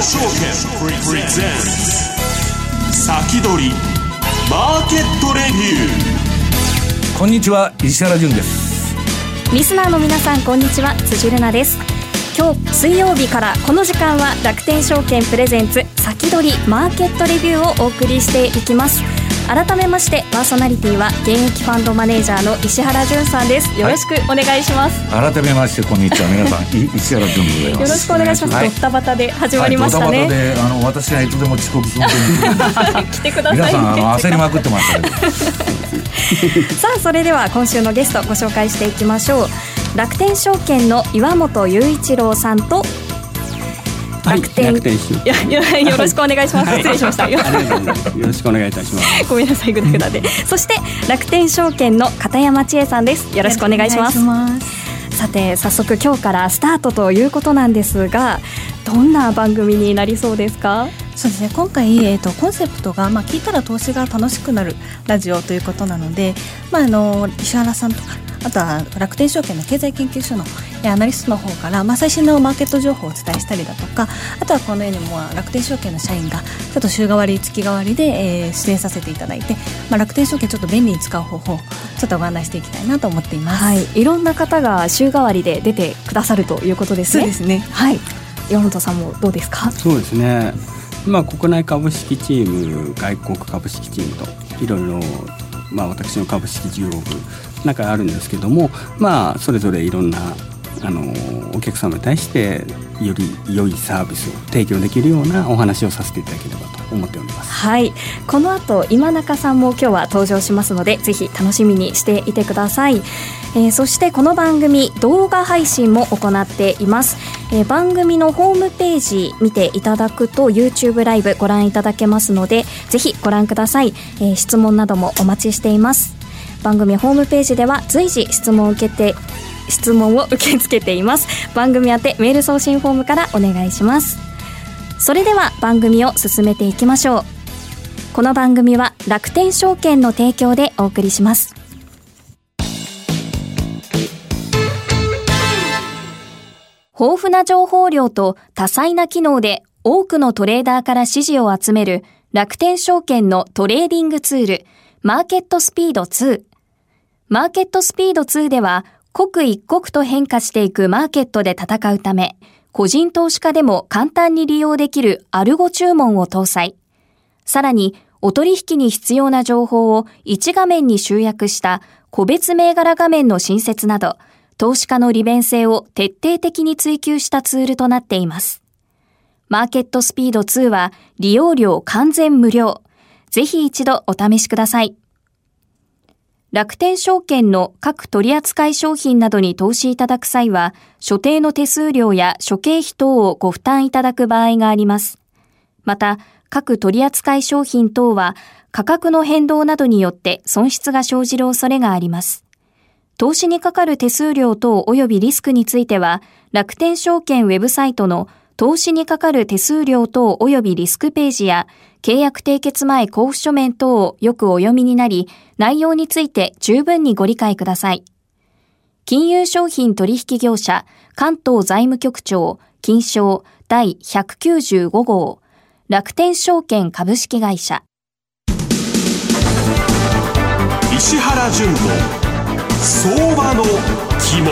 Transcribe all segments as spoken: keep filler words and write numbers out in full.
証券プレゼンツ先取りマーケットレビュー。 こんにちは、石原潤です。 リスナーの皆さん、こんにちは、辻るなです。今日水曜日からこの時間は楽天証券プレゼンツ先取りマーケットレビューをお送りしていきます。改めましてパーソナリティは現役ファンドマネージャーの石原潤さんです。よろしくお願いします。 はい、改めましてこんにちは、皆さん石原潤でございます。 よろしくお願いします。はい、ドタバタで始まりましたね。はい、ドタバタであの私がいつでも遅刻する来てくださいね。 皆さんあの焦りまくってましたけどさあ、それでは今週のゲストご紹介していきましょう。楽天証券の岩本雄一郎さんと楽天、はい、楽天いやいやよろしくお願いします。失礼しました。よろしくお願いいたします。 ごめんなさい、グダグダでそして楽天証券の片山千恵さんです。よろしくお願いします。さて、早速今日からスタートということなんですが、どんな番組になりそうですか？ そうですね、今回、えーと、コンセプトが、まあ、聞いたら投資が楽しくなるラジオということなので、まあ、あの石原さんとか、あとは楽天証券の経済研究所のアナリストの方から、まあ、最新のマーケット情報をお伝えしたりだとか、あとはこのようにも楽天証券の社員がちょっと週替わり月替わりで、えー、出演させていただいて、まあ、楽天証券ちょっと便利に使う方法をちょっとご案内していきたいなと思っています。 はい、いろんな方が週替わりで出てくださるということですね。 そうですね。 はい、岩本さんもどうですか？ そうですね、まあ、国内株式チーム、外国株式チームといろいろ、まあ、私の株式事業部中にあるんですけども、まあ、それぞれいろんなあのお客様に対してより良いサービスを提供できるようなお話をさせていただければと思っております。 はい、この後今中さんも今日は登場しますので、ぜひ楽しみにしていてください。えー、そしてこの番組動画配信も行っています。えー、番組のホームページ見ていただくと YouTube ライブご覧いただけますので、ぜひご覧ください。えー、質問などもお待ちしています。番組ホームページでは随時質問を受けて質問を受け付けています。番組宛てメール送信フォームからお願いします。それでは番組を進めていきましょう。この番組は楽天証券の提供でお送りします。豊富な情報量と多彩な機能で多くのトレーダーから支持を集める楽天証券のトレーディングツールマーケットスピードツー。マーケットスピードツーでは刻一刻と変化していくマーケットで戦うため、個人投資家でも簡単に利用できるアルゴ注文を搭載。さらに、お取引に必要な情報を一画面に集約した個別銘柄画面の新設など、投資家の利便性を徹底的に追求したツールとなっています。マーケットスピードツーは利用料完全無料。ぜひ一度お試しください。楽天証券の各取扱商品などに投資いただく際は、所定の手数料や諸経費等をご負担いただく場合があります。また、各取扱商品等は価格の変動などによって損失が生じる恐れがあります。投資にかかる手数料等及びリスクについては、楽天証券ウェブサイトの投資にかかる手数料等及びリスクページや、契約締結前交付書面等をよくお読みになり、内容について十分にご理解ください。金融商品取引業者関東財務局長金商第ひゃくきゅうじゅうご号楽天証券株式会社。 石原潤の相場の肝。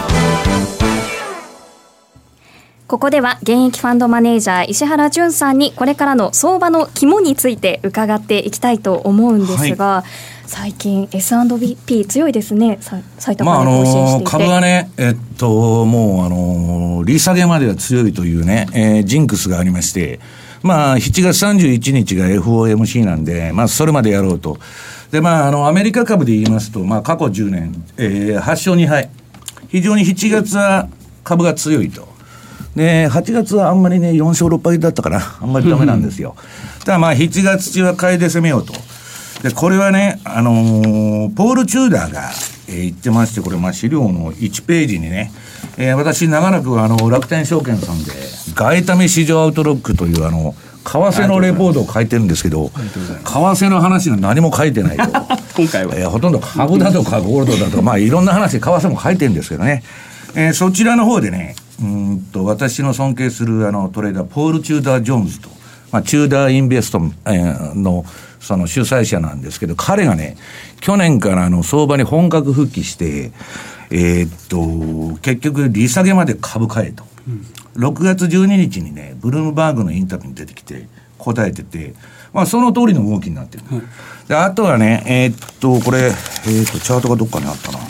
ここでは現役ファンドマネージャー石原潤さんにこれからの相場の肝について伺っていきたいと思うんですが、はい、最近 エスアンドピー 強いですね。最高値更新していて、 まあ、あの株がね、えっともうあの利下げまでは強いというね、えー、ジンクスがありまして、まあしちがつさんじゅういちにちが エフオーエムシー なんで、まあそれまでやろうと。でまああのアメリカ株で言いますと、まあ過去じゅうねん、えー、はち勝に敗、非常にしちがつは株が強いと。ではちがつはあんまりねよん勝ろっ敗だったからあんまりダメなんですよ。ただまあしちがつ中は買いで攻めようと。でこれはね、あのー、ポール・チューダーが、えー、言ってまして、これまあ資料のいちページにね、えー、私長らくあの楽天証券さんで外為市場アウトロックというあの為替のレポートを書いてるんですけど、為替の話が何も書いてないと今回は、 えー、ほとんど株だとかゴールドだとか、まあいろんな話、為替も書いてるんですけどね、えー、そちらの方でね、 うんと私の尊敬するあのトレーダーポール・チューダー・ジョーンズと、まあ、チューダー・インベスト、えー、のその主催者なんですけど、彼がね去年からあの相場に本格復帰して、えー、っと結局利下げまで株買えと、うん、ろくがつじゅうににちにねブルームバーグのインタビューに出てきて答えてて、まあ、その通りの動きになってる、うん、であとはねえー、っとこれ、えー、っとチャートがどっかにあったな、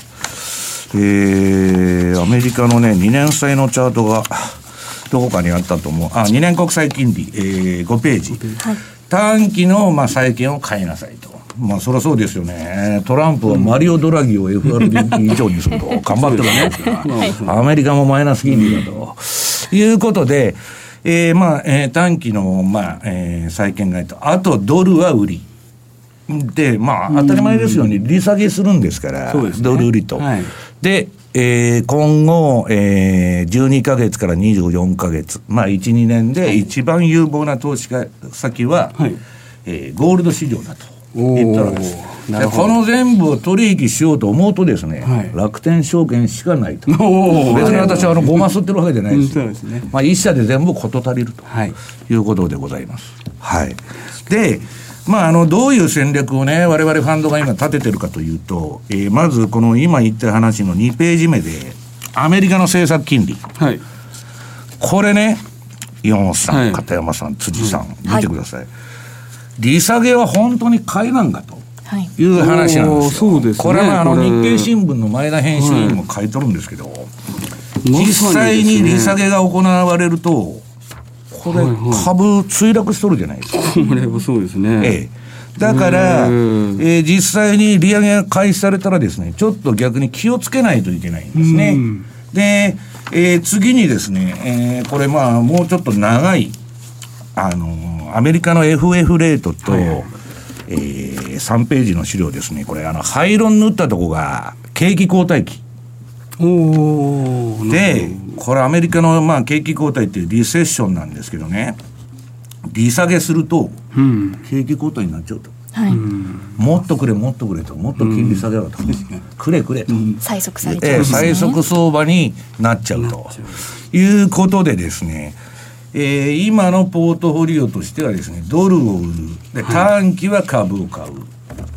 えー、アメリカのねにねん債のチャートがどこかにあったと思う。あ、にねん国債金利、えー、ごページ、はい、短期のまあ債券を買いなさいと。まあそりゃそうですよね。トランプはマリオ・ドラギを エフアールビー 以上にすると頑張ってるわけですから、アメリカもマイナス金利だということで、えー、まあ、えー、短期のまあ、えー、債券買いと、あとドルは売りで、まあ当たり前ですように利下げするんですから、ね、ドル売りと、はい、で、えー、今後、えー、じゅうにかげつからにじゅうよんかげつ、まあいち、にねんで一番有望な投資先は、はい、えー、ゴールド市場だと言ったわけです。でこの全部を取引しようと思うとですね、はい、楽天証券しかないと。別に私はあのごますってるわけじゃないですよ、うんそうですね、まあ、一社で全部事足りるということでございます、はい、で、まあ、あのどういう戦略をね我々ファンドが今立ててるかというと、えー、まずこの今言った話のにページ目でアメリカの政策金利、はい、これね岩本さん、はい、片山さん辻さん、うん、見てください、はい、利下げは本当に買いなんかという話なんですよ、そうですね、これはあの日経新聞の前田編集員も書いとるんですけど、はい、実際に利下げが行われるとこれ株墜落しとるじゃないですか、 これはそうですね、 ええ、だから、えー、実際に利上げが開始されたらですねちょっと逆に気をつけないといけないんですね。で、えー、次にですね、えー、これまあもうちょっと長いあのアメリカの エフエフ レートと、はいえー、さんページの資料ですね。これあの灰色に塗ったとこが景気後退期おで、これアメリカのまあ景気後退っていうリセッションなんですけどね、利下げすると景気後退になっちゃうと、はい、もっとくれもっとくれと、もっと金利下げろと、うん、くれくれと、うん、 催促されちゃうんですね、 催促相場になっちゃうということでですね、えー、今のポートフォリオとしてはですねドルを売るで短期は株を買う、はい、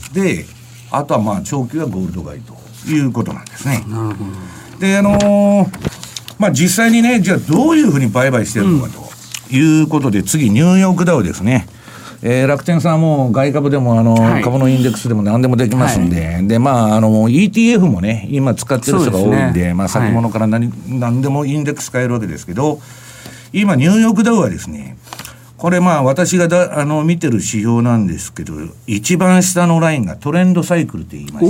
であとはまあ長期はゴールド買いということなんですね。なるほど。であのー、まあ実際にねじゃあどういうふうに売買してるのかということで、うん、次ニューヨークダウですね、えー、楽天さんはもう外株でもあの、はい、株のインデックスでも何でもできますんで、はい、でまああの イーティーエフ もね今使ってる人が多いん で, で、ね、まあ先物から 何,、はい、何でもインデックス買えるわけですけど、今ニューヨークダウはですねこれまあ私がだあの見てる指標なんですけど、一番下のラインがトレンドサイクルと言いまして、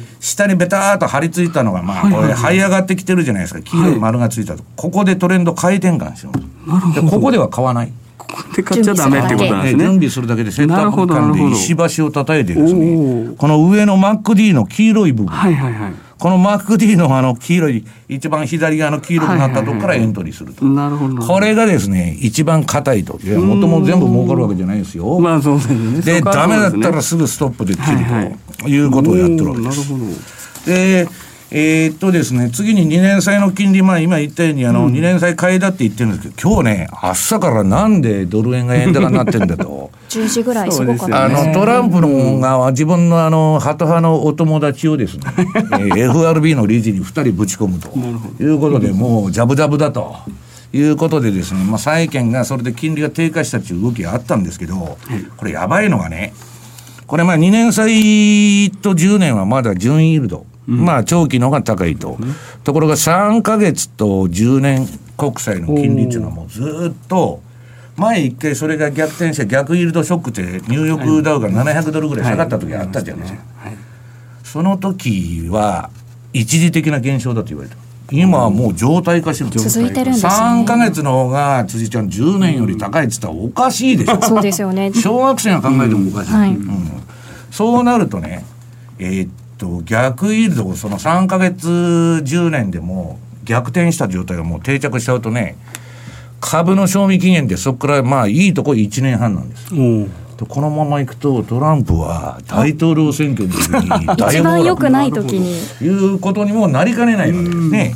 下にベターっと張り付いたのがまあこれ這い上がってきてるじゃないですか、黄色い丸がついたと、はい、ここでトレンド回転換します。でここでは買わない、 ここで買っちゃダメってことなんですね。 準備するだけでセットアップ間で石橋を叩いてですね、この上の マックディー の黄色い部分、はいはいはい、この マックディー のあの黄色い一番左側の黄色くなったところからエントリーすると、なるほど、これがですね一番硬いと。いや元も全部儲かるわけじゃないですよ。 まあそうですね。 でダメだったらすぐストップで切るということをやってるわけです。なるほど。でえー、っとですね次ににねん債の金利、まあ今言ったようにあの、うん、にねん債買いだって言ってるんですけど、今日ね朝からなんでドル円が円高になってんだとじゅうじぐらいすごかった、 あのトランプのが自分のあのハト派のお友達をですねえー、エフアールビー の理事にふたりぶち込むということで、もうジャブジャブだということでですね、まあ、債券がそれで金利が低下したという動きがあったんですけど、これやばいのがね、これまあにねん債とじゅうねんはまだ純イールド、うん、まあ長期の方が高いと、うん、ところがさんかげつとじゅうねん国債の金利っていうのはもうずっと前一回それが逆転して逆イールドショックってニューヨークダウがななひゃくドルぐらい下がった時があったじゃないですか、はいはい、その時は一時的な現象だと言われた。今はもう状態化してる、 続いてるんですね。 さんかげつの方が辻ちゃんじゅうねんより高いって言ったらおかしいでしょ、うん、 そうですよね。 小学生が考えてもおかしい、うんはいうん、そうなるとねえー、っと逆イールドをそのさんかげつじゅうねんでも逆転した状態がもう定着しちゃうとね、株の賞味期限でそこからまあいいとこいちねんはんなんです。うんこのままいくとトランプは大統領選挙の時に一番良くない時にいうことにもなりかねないわけですね。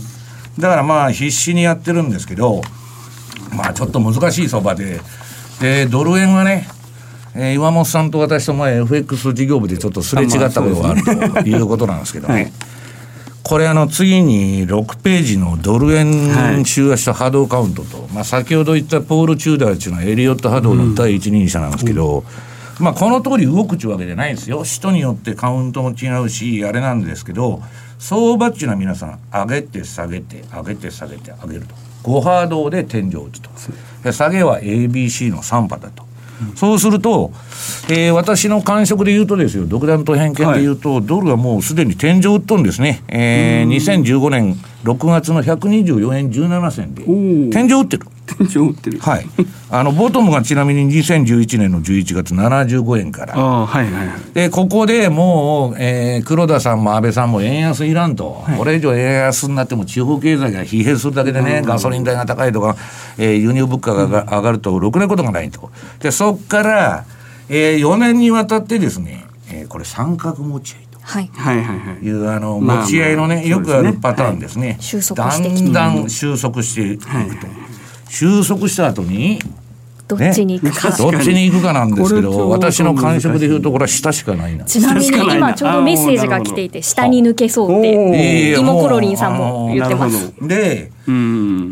だからまあ必死にやってるんですけど、まあちょっと難しい相場で、でドル円はね、えー、岩本さんと私と前 エフエックス 事業部でちょっとすれ違ったことがあるということなんですけどね、はい、これあの次にろくページのドル円週足と波動カウントと、はい、まあ、先ほど言ったポール・チューダーっていうのはエリオット波動の第一人者なんですけど、うん、まあ、この通り動くっていうわけじゃないんですよ。人によってカウントも違うしあれなんですけど、相場っていうのは皆さん上げて下げて上げて下げて上げるとご波動で天井を打つと、で下げは エービーシー のさん波だと、うん、そうすると、えー、私の感触で言うとですよ、独断と偏見で言うと、はい、ドルはもうすでに天井を打っとるんですね、えー、にせんじゅうごねんろくがつのひゃくにじゅうよえんじゅうななせんで天井を打ってる。 天井を打ってる。 はい。あのボトムがちなみににせんじゅういちねんのじゅういちがつななじゅうごえんから。 あ、はいはいはい。 でここでもう、えー、黒田さんも安倍さんも円安いらんと、はい、これ以上円安になっても地方経済が疲弊するだけでね、ガソリン代が高いとか、えー、輸入物価が上がるとろくなことがないと。でそこから、えー、よねんにわたってですね、えー、これ三角持ち合いと。 はい、 はいはいはいいうあの持ち合いのね、まあまあ、よくあるパターンですね、はい、 収束してきてだんだん収束していくと、はいはいはい、収束した後にどっちに行くか、 ね、どっちに行くかなんですけど、私の感触で言うとこれは下しかないな。 ちなみに今ちょうどメッセージが来ていて、下に抜けそうってイモコロリンさんも言ってます。 で、うん、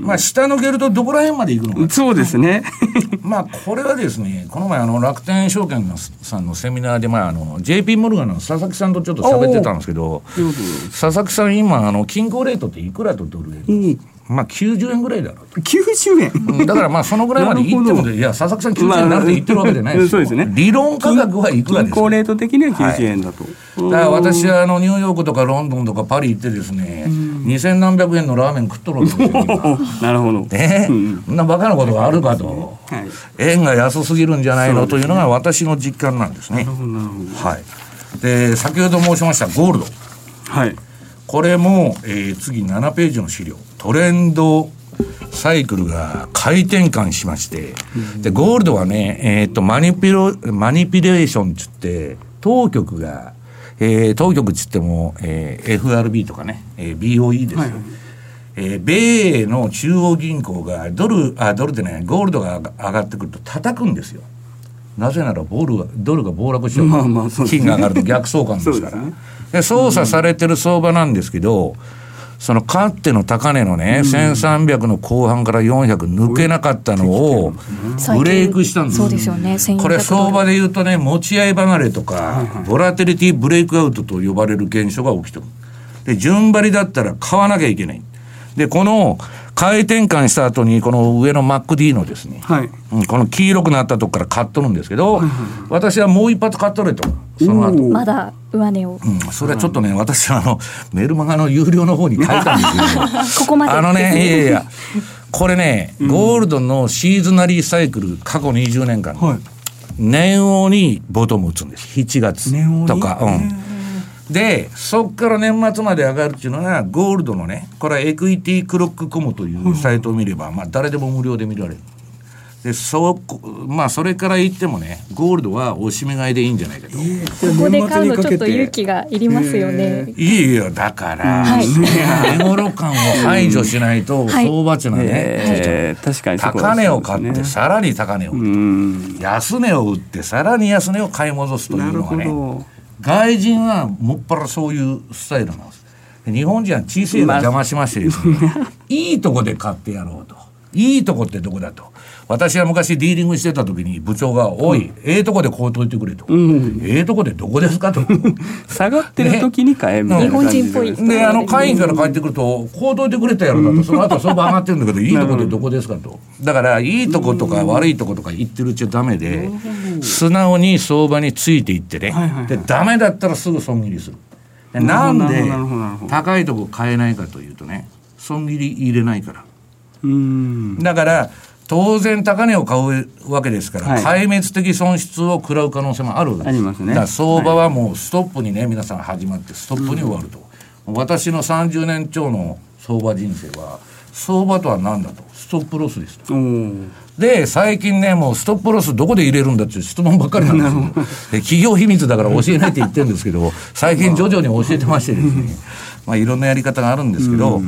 まあ下抜けるとどこら辺まで行くのか。 そうですねまあこれはですね、この前あの楽天証券さんのセミナーで、まあ、あの ジェーピー モルガンの佐々木さんとちょっと喋ってたんですけど、佐々木さん今あの均衡レートっていくらとドル円、うん、まあきゅうじゅうえんぐらいだろう。 きゅうじゅうえんだからまあそのぐらいまでいってもいや佐々木さんきゅうじゅうえんになるって言ってるわけじゃないですよ、 そうですね、 理論価格はいくらですか。 均衡レート的にはきゅうじゅうえんだと、 はい、だから私はあのニューヨークとかロンドンとかパリ行ってですね、にせんなんびゃくえんのラーメン食っとるわけですよなるほどね、うん、そんなバカなことがあるかと、はい、円が安すぎるんじゃないの、ね、というのが私の実感なんですね。 なるほどなるほど、 はい、で先ほど申しましたゴールド、 はい、 これも、えー、次ななページの資料、トレンドサイクルが回転換しまして、うん、でゴールドはね、えー、とマニピュロマニピュレーションっつって当局が、えー、当局っつっても、えー、エフアールビー とかね、えー、ビーオーイー ですよ、はいはい、えー、米の中央銀行がドルあドルでねゴールドが上がってくると叩くんですよ。なぜならボールがドルが暴落しちゃう、まあまあそうですね、金が上がると逆相関ですからそうですね、で操作されてる相場なんですけど、そのかつての高値のね、うん、せんさんびゃくの後半からよんひゃく抜けなかったのをブレイクしたんです。 そうですよね。 これ相場で言うとね、持ち合い離れとか、はいはい、ボラテリティブレイクアウトと呼ばれる現象が起きてる。で順張りだったら買わなきゃいけない。でこの回転換した後にこの上の マックディー のですね、はい、うん、この黄色くなったとこから買っとるんですけど、はいはいはい、私はもう一発買っとれと、その後まだ上値を、 うん、それはちょっとね、私はあのメルマガの有料の方に書いたんですけどここまであのね、いやいやこれね、うん、ゴールドのシーズナリーサイクル過去にじゅうねんかん、はい、年王にボトム打つんです。しちがつとか、うん、でそっから年末まで上がるっていうのがゴールドのね、これはエクイティクロックコムというサイトを見れば、まあ、誰でも無料で見られる。でそ, まあ、それから言ってもね、ゴールドはおしめ買いでいいんじゃないかと、えー、ここで買うのちょっと勇気がいりますよね。 いいよ、だから、はい、値頃感を排除しないと相場っていうのはね、えー、確かに高値を買ってさらに高値を売って安値を売ってさらに安値を買い戻すというのがね、外人はもっぱらそういうスタイルなんです。日本人は小さいの邪魔しましてですね、まあ、いいとこで買ってやろうと。いいとこってどこだと。私は昔ディーリングしてた時に部長が、おい、うん、ええとこでこうといてくれと、うん、ええとこでどこですかと下がってる時に買えみたいな感じで、 日本人っぽいで、あの会員から帰ってくるとこうといてくれたやろだと、うん、その後相場上がってるんだけどいいとこでどこですかと。だからいいとことか悪いとことか言ってるっちゃダメで、素直に相場についていってね、はいはいはい、でダメだったらすぐ損切りする。でなんで高いとこ買えないかというとね、損切り入れないから。うーん、だから当然高値を買うわけですから、はい、壊滅的損失を食らう可能性もあるわけです。 ありますね。 だから相場はもうストップにね、皆さん始まってストップに終わると、うん、私のさんじゅうねん超の相場人生は相場とは何だと、ストップロスですと。で最近ね、もうストップロスどこで入れるんだっていう質問ばっかりなんですよで企業秘密だから教えないって言ってるんですけど最近徐々に教えてましてですねまあいろんなやり方があるんですけど、うん、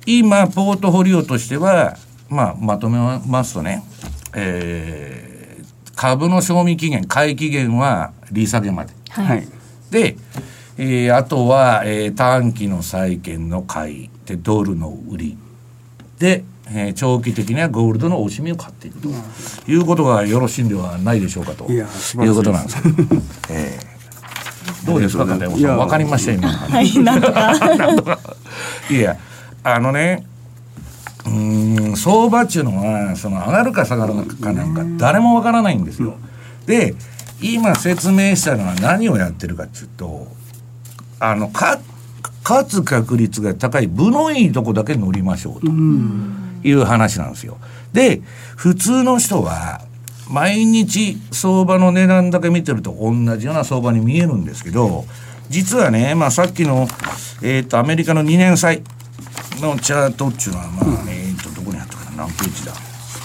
今ポートフォリオとしては、まあ、まとめますとね、えー、株の賞味期限買い期限は利下げまで、 はい、 で、えー、あとは、えー、短期の債券の買いでドルの売りで、えー、長期的にはゴールドのおしみを買っていくということがよろしいんではないでしょうかということなんです、えー、どうですか片山さん、分かりました今のはいなんとかなんとかいやあのね、うーん相場っていうのはその上がるか下がるかなんか誰もわからないんですよ。で今説明したのは何をやってるかっていうと、あのか勝つ確率が高い分のいいとこだけ乗りましょうという話なんですよ。で普通の人は毎日相場の値段だけ見てると同じような相場に見えるんですけど、実はね、まあ、さっきの、えーとアメリカのにねん債のチャートっていうのはまあ、うん、えーとどこにあったかな、何ページだ、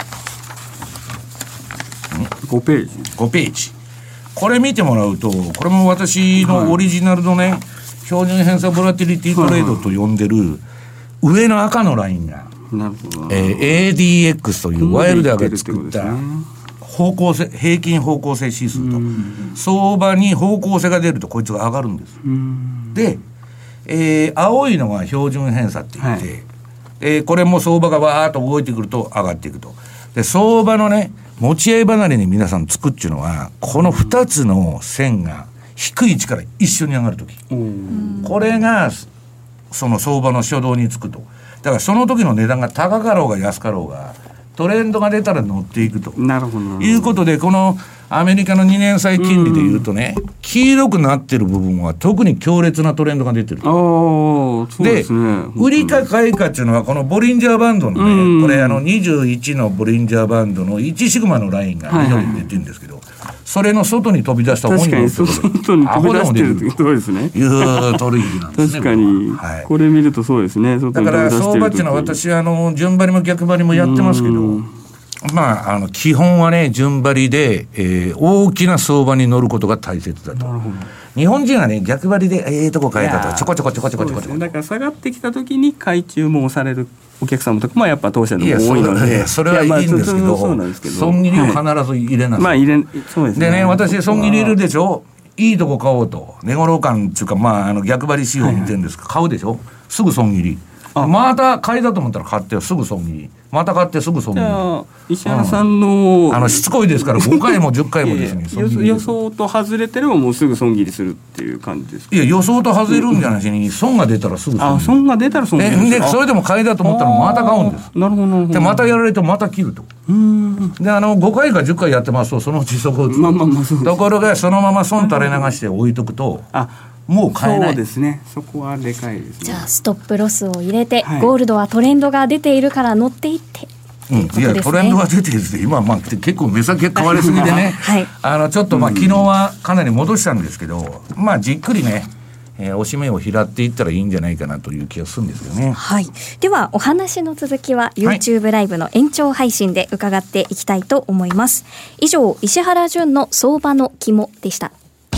ごページごページ、これ見てもらうと、これも私のオリジナルのね、はい、標準偏差ボラティリティトレードと呼んでる上の赤のラインが、 なるほど、 えー、エーディーエックス というワイルダーが作った方向性、平均方向性指数と、相場に方向性が出るとこいつが上がるんです。で、えー、青いのが標準偏差って言って、はい、えー、これも相場がわーっと動いてくると上がっていくと。で相場のね持ち合い離れに皆さんつくっていうのは、このふたつの線が低い位置から一緒に上がるとき、これがその相場の初動につくと。だからその時の値段が高かろうが安かろうがトレンドが出たら乗っていくということで、このアメリカのにねん債金利でいうとね、黄色くなってる部分は特に強烈なトレンドが出てると。 ああ、そうですね。 で売りか買いかっていうのはこのボリンジャーバンドのね、これあのにじゅういちのボリンジャーバンドのいちシグマのラインが緑に出てるんですけど、それの外に飛び出した本人の外に飛び出してるってことですね。 いう取引なんですね。 確かに、はい、これ見るとそうですね。 だから相場っていうのは私あの順張りも逆張りもやってますけど、まあ、あの基本はね順張りで、えー、大きな相場に乗ることが大切だと。なるほど。日本人はね逆張りでええとこ買えたとちょこちょこちょこちょこちょこちょこ、 ね、だから下がってきた時に買い注文されるお客様とかもやっぱ当社でも多いので、 いやそれはいいんですけど、損切りを必ず入れなさい、はい、 まあ入れそうですね。 でね、私損切り入れるでしょ、いいとこ買おうと値頃感っていうか、まあ、あの逆張り仕様見てるんですけど、はいはい、買うでしょ、すぐ損切り、また買いだと思ったら買ってすぐ損切り、また買ってすぐ損切り。じゃあ石原さんの、 うん、あのしつこいですからごかいもじゅっかいもですね予想と外れてればもうすぐ損切りするっていう感じですか。 いや予想と外れるんじゃないしに損が出たらすぐ損切り。 あ、損が出たら損切りで、それでも買いだと思ったらまた買うんです。 なるほどなるほど。 でまたやられるとまた切ると。うーんであのごかいかじゅっかいやってますとそのうちそこを、まあまあまあそうです。ところがそのまま損垂れ流して置いとくと、あもう買えない。 そうですね。そこはでかいですね。 じゃあストップロスを入れて、はい、ゴールドはトレンドが出ているから乗っていってうん、いやトレンドが出てるって今はまあ結構目先変わりすぎてね、はい、あのちょっとまあ昨日はかなり戻したんですけど、まあじっくりね、えー、押し目を拾っていったらいいんじゃないかなという気がするんですよね。 はい。ではお話の続きは YouTube ライブの延長配信で伺っていきたいと思います。以上石原潤の相場の肝でした。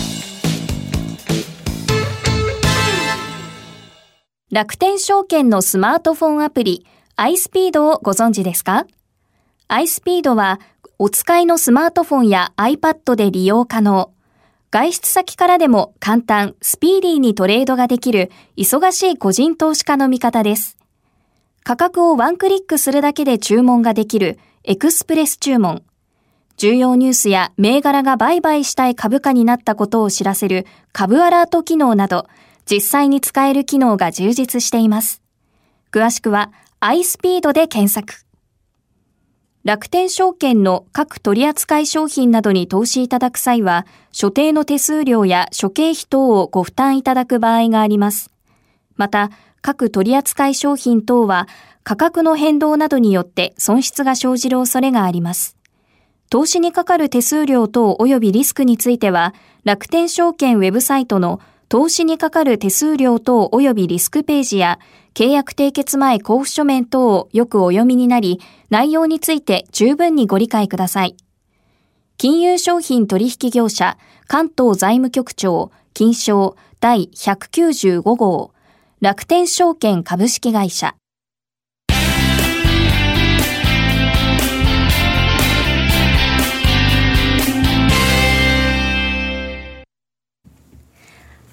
楽天証券のスマートフォンアプリiSpeed をご存知ですか？ iSpeed はお使いのスマートフォンや iPad で利用可能。外出先からでも簡単、スピーディーにトレードができる忙しい個人投資家の味方です。価格をワンクリックするだけで注文ができるエクスプレス注文。重要ニュースや銘柄が売買したい株価になったことを知らせる株アラート機能など、実際に使える機能が充実しています。詳しくはiSpeed で検索。楽天証券の各取扱商品などに投資いただく際は、所定の手数料や諸経費等をご負担いただく場合があります。また、各取扱商品等は価格の変動などによって損失が生じる恐れがあります。投資にかかる手数料等及びリスクについては、楽天証券ウェブサイトの投資にかかる手数料等及びリスクページや契約締結前交付書面等をよくお読みになり、内容について十分にご理解ください。金融商品取引業者関東財務局長金商第ひゃくきゅうじゅうご号楽天証券株式会社。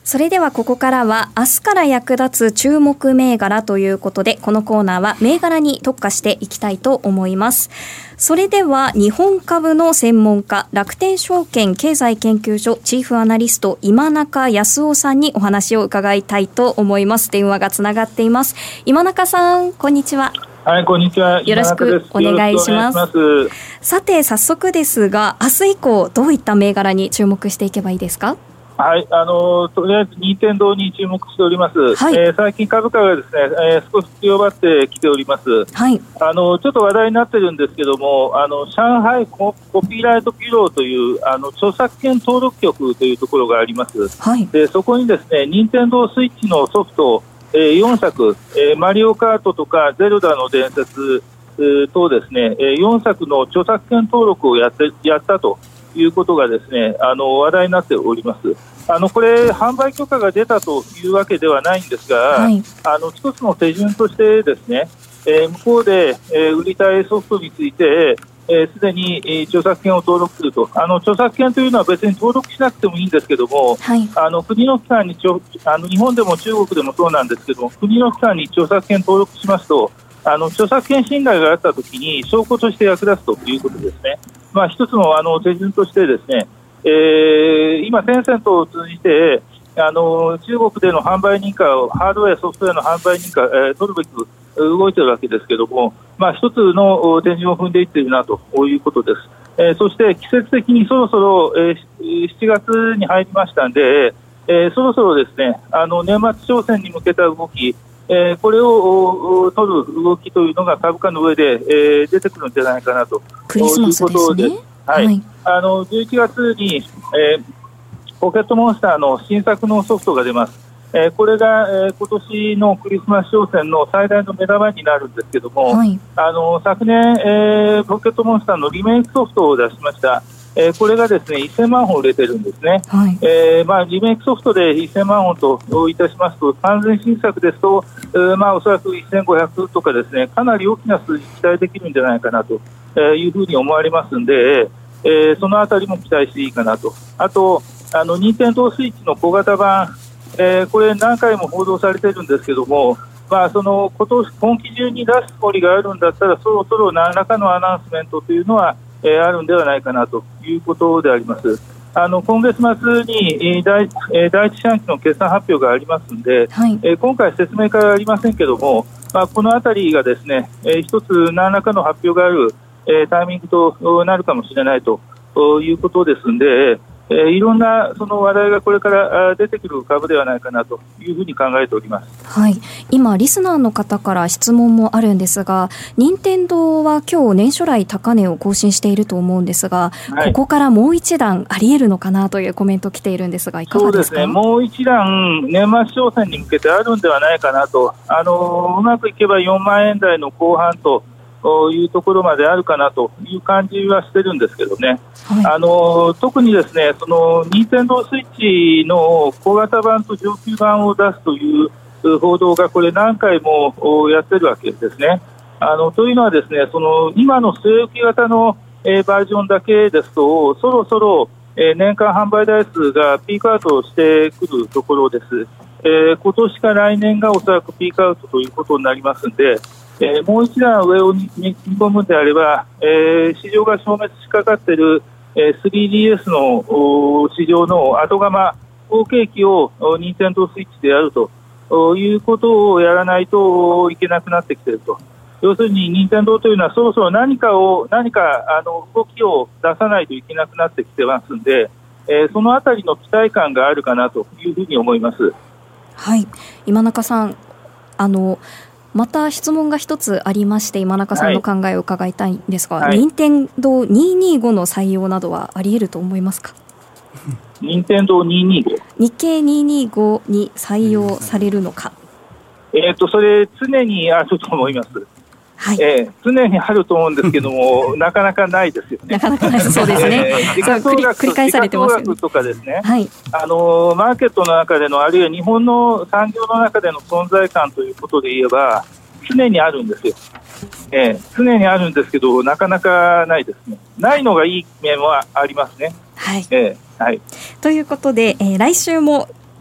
それではここからは明日から役立つ注目銘柄ということで、このコーナーは銘柄に特化していきたいと思います。それでは日本株の専門家、楽天証券経済研究所チーフアナリスト今中康夫さんにお話を伺いたいと思います。電話がつながっています。今中さん、こんにちは。 はい、こんにちは。 よろしくお願いします。さて、早速ですが、明日以降どういった銘柄に注目していけばいいですか？ はい、あのとりあえず任天堂に注目しております。はい、えー、最近株価がですね、えー、少し強まってきております。はい、あのちょっと話題になってるんですけども、あの上海コ、コピーライトビュローというあの著作権登録局というところがあります。はい、でそこにですね、任天堂スイッチのソフト、えー、よんさく、えー、マリオカートとかゼルダの伝説、えー、とですね、よんさくの著作権登録をやってやったということがですね、あの話題になっております。あのこれ販売許可が出たというわけではないんですが、はい、あの一つの手順としてですね、えー、向こうで、えー、売りたいソフトについてすで、えー、に、えー、著作権を登録すると。あの著作権というのは別に登録しなくてもいいんですけども、はい、あの国の機関にちょあの日本でも中国でもそうなんですけども、国の機関に著作権登録しますと、あの著作権侵害があったときに証拠として役立つということですね。まあ、一つの、あの手順としてですね、えー、今、テンセントを通じてあの中国での販売認可をハードウェア、ソフトウェアの販売認可、えー、取るべく動いているわけですけれども、まあ、一つの手順を踏んでいっているなということです。えー、そして季節的にそろそろ、えー、しちがつに入りましたので、えー、そろそろですね、あの年末商戦に向けた動き、えー、これを取る動きというのが株価の上で、えー、出てくるんじゃないかなということです。はいはい、あのじゅういちがつに、えー、ポケットモンスターの新作のソフトが出ます。えー、これが、えー、今年のクリスマス商戦の最大の目玉になるんですけども、はい、あの昨年、えー、ポケットモンスターのリメイクソフトを出しました。えー、これがですねせんまんほん売れてるんですね。はい、えーまあ、リメイクソフトでせんまんほんといたしますと、完全新作ですと、えーまあ、おそらくせんごひゃくとかですね、かなり大きな数字期待できるんじゃないかなというふうに思われますので、えー、そのあたりも期待していいかなと。あと、あの任天堂スイッチの小型版、えー、これ何回も報道されているんですけども、まあ、その今年今期中に出すつもりがあるんだったら、そろそろ何らかのアナウンスメントというのは、えー、あるんではないかなということであります。あの今月末に第、えー、第一四半期の決算発表がありますので、はい、えー、今回説明会はありませんけども、まあ、このあたりがですね、えー、一つ何らかの発表がある、えー、タイミングとなるかもしれないということですので、えー、いろんなその話題がこれから出てくる株ではないかなというふうに考えております。 はい、今リスナーの方から質問もあるんですが、任天堂は今日年初来高値を更新していると思うんですが、はい、ここからもう一段あり得るのかなというコメント来ているんですが、いかがですか？ そうですね、もう一段年末商戦に向けてあるんではないかなと。あのうまくいけばよんまんえん台の後半というところまであるかなという感じはしてるんですけどね。はい、あの特にですね、その任天堂スイッチの小型版と上級版を出すという報道がこれ何回もやってるわけですね。あのというのはですね、その今の据え置き型の、えー、バージョンだけですと、そろそろ、えー、年間販売台数がピークアウトしてくるところです。えー、今年か来年がおそらくピークアウトということになりますので、えー、もう一段上を見込むのであれば、えー、市場が消滅しかかっている、えー、スリーディーエス の市場の後釜後継機を任天堂スイッチでやるということをやらないといけなくなってきていると。要するに任天堂というのはそろそろ何かを何かあの動きを出さないといけなくなってきてますので、えー、そのあたりの期待感があるかなというふうに思います。 はい、今中さん、あのまた質問が一つありまして、今中さんの考えを伺いたいんですが、はい、任天堂にひゃくにじゅうごの採用などはあり得ると思いますか？ 任天堂にひゃくにじゅうご、 日経にひゃくにじゅうごに採用されるのか。 えーと、それ常にあると思います。はい、えー、常にあると思うんですけどもなかなかないですよね。 なかなかないそうですね。えー、時価総額、繰り返されてますよね。 時価総額とかですね、はい、あのマーケットの中での、あるいは日本の産業の中での存在感ということで言えば常にあるんですよ。えー、常にあるんですけどなかなかないですね。ないのがいい面はありますね。 はい、 えーはい、 ということで、えー、来週も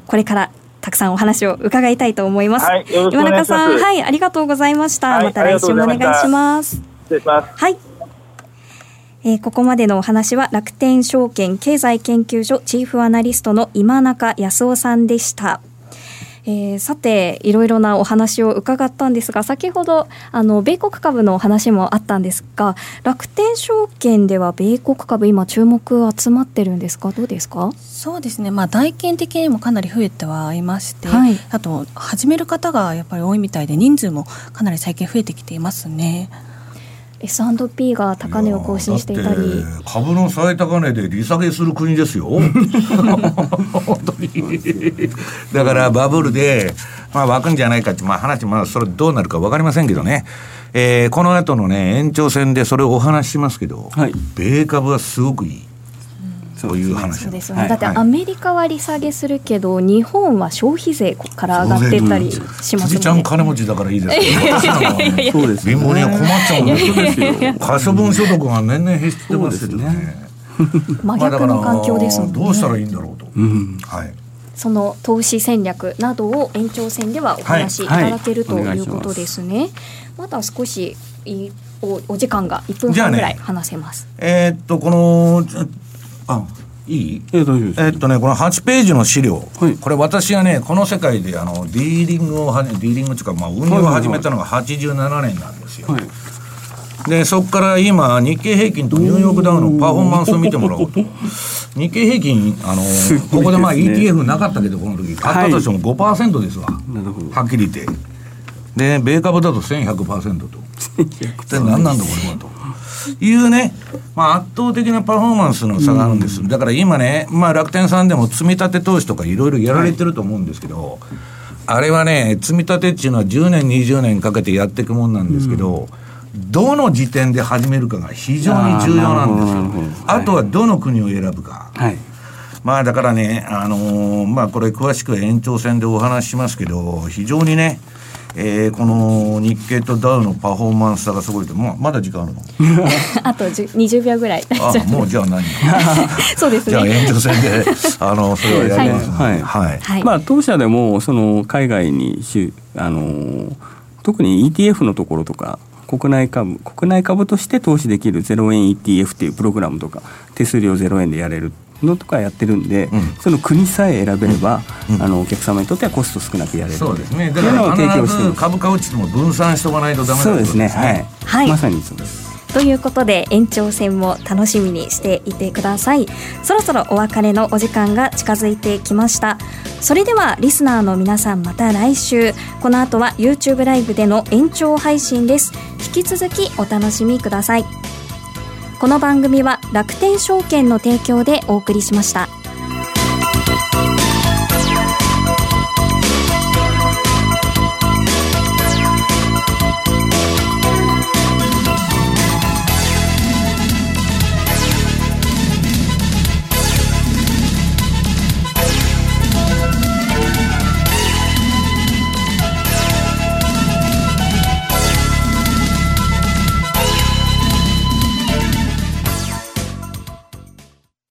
これからたくさんお話を伺いたいと思います。 はい、よろしくお願いします。 岩中さん、はい、ありがとうございました。はい、また来週もお願いします。 失礼します。 はい。えー、ここまでのお話は楽天証券経済研究所チーフアナリストの今中康夫さんでした。えー、さていろいろなお話を伺ったんですが、先ほどあの米国株のお話もあったんですが、楽天証券では米国株今注目集まってるんですか？どうですか？ そうですね、まあ、代金的にもかなり増えてはいまして、はい、あと始める方がやっぱり多いみたいで人数もかなり最近増えてきていますね。 エスアンドピー が高値を更新していたり、 株の最高値で利下げする国ですよ本当にだからバブルで、まあ、湧くんじゃないかって、まあ、話、まあ、それどうなるか分かりませんけどね、えー、この後のね延長戦でそれをお話ししますけど、はい、米株はすごくいい、そういう話。 そうですよね、はい、だってアメリカは利下げするけど、はい、日本は消費税から上がってったりしますもんね。辻ちゃん金持ちだからいいですけど私なんかはねそうですね、貧乏には困っちゃうんですよ。可処分所得が年々減ってますけどね真逆の環境ですもんね。 どうしたらいいんだろうと、うん、はい、 その投資戦略などを延長戦ではお話しいただける、はい、ということですね。まだ少しい お, お時間がいっぷんはんぐらい話せます。 ね、えー、っとこのあいいえー、えー、っとねこのはちページの資料、はい、これ私はねこの世界であのディーリングをはディーリングというか、まあ、運用を始めたのがはちじゅうななねんなんですよ、はいはい、でそこから今日経平均とニューヨークダウのパフォーマンスを見てもらおうと日経平均あの、ね、ここでまあ イーティーエフ なかったけどこの時買ったとしても ごパーセント ですわ、はい、はっきり言ってで米株だと せんひゃくパーセント とで何なんだこれはというね、まあ、圧倒的なパフォーマンスの差があるんです、うん、だから今ね、まあ、楽天さんでも積み立て投資とかいろいろやられてると思うんですけど、はい、あれはね積み立てっていうのはじゅうねんにじゅうねんかけてやっていくもんなんですけど、うん、どの時点で始めるかが非常に重要なんですよ。 あ, あとはどの国を選ぶか、はい、まあだからね、あのー、まあこれ詳しくは延長戦でお話ししますけど、非常にねえー、この日経とダウのパフォーマンス差がすごいと、まあ、まだ時間あるのあとにじゅうびょうぐらいあもうじゃあ何そうですね、 じゃあ延長戦であのそれはやりますので、はいはいはい、まあ、当社でもその海外にあの特に イーティーエフ のところとか国内株国内株として投資できるゼロえん イーティーエフ っていうプログラムとか手数料ゼロえんでやれるのとかやってるんで、うん、その国さえ選べれば、うん、あのお客様にとってはコスト少なくやれる。 そうですね。だから必ず株価落ちても分散しておかないとダメだということですね。 そうですね。はい。はい、まさにそうです。 ということで延長戦も楽しみにしていてください。そろそろお別れのお時間が近づいてきました。それではリスナーの皆さん、また来週。この後は YouTube ライブでの延長配信です。引き続きお楽しみください。この番組は楽天証券の提供でお送りしました。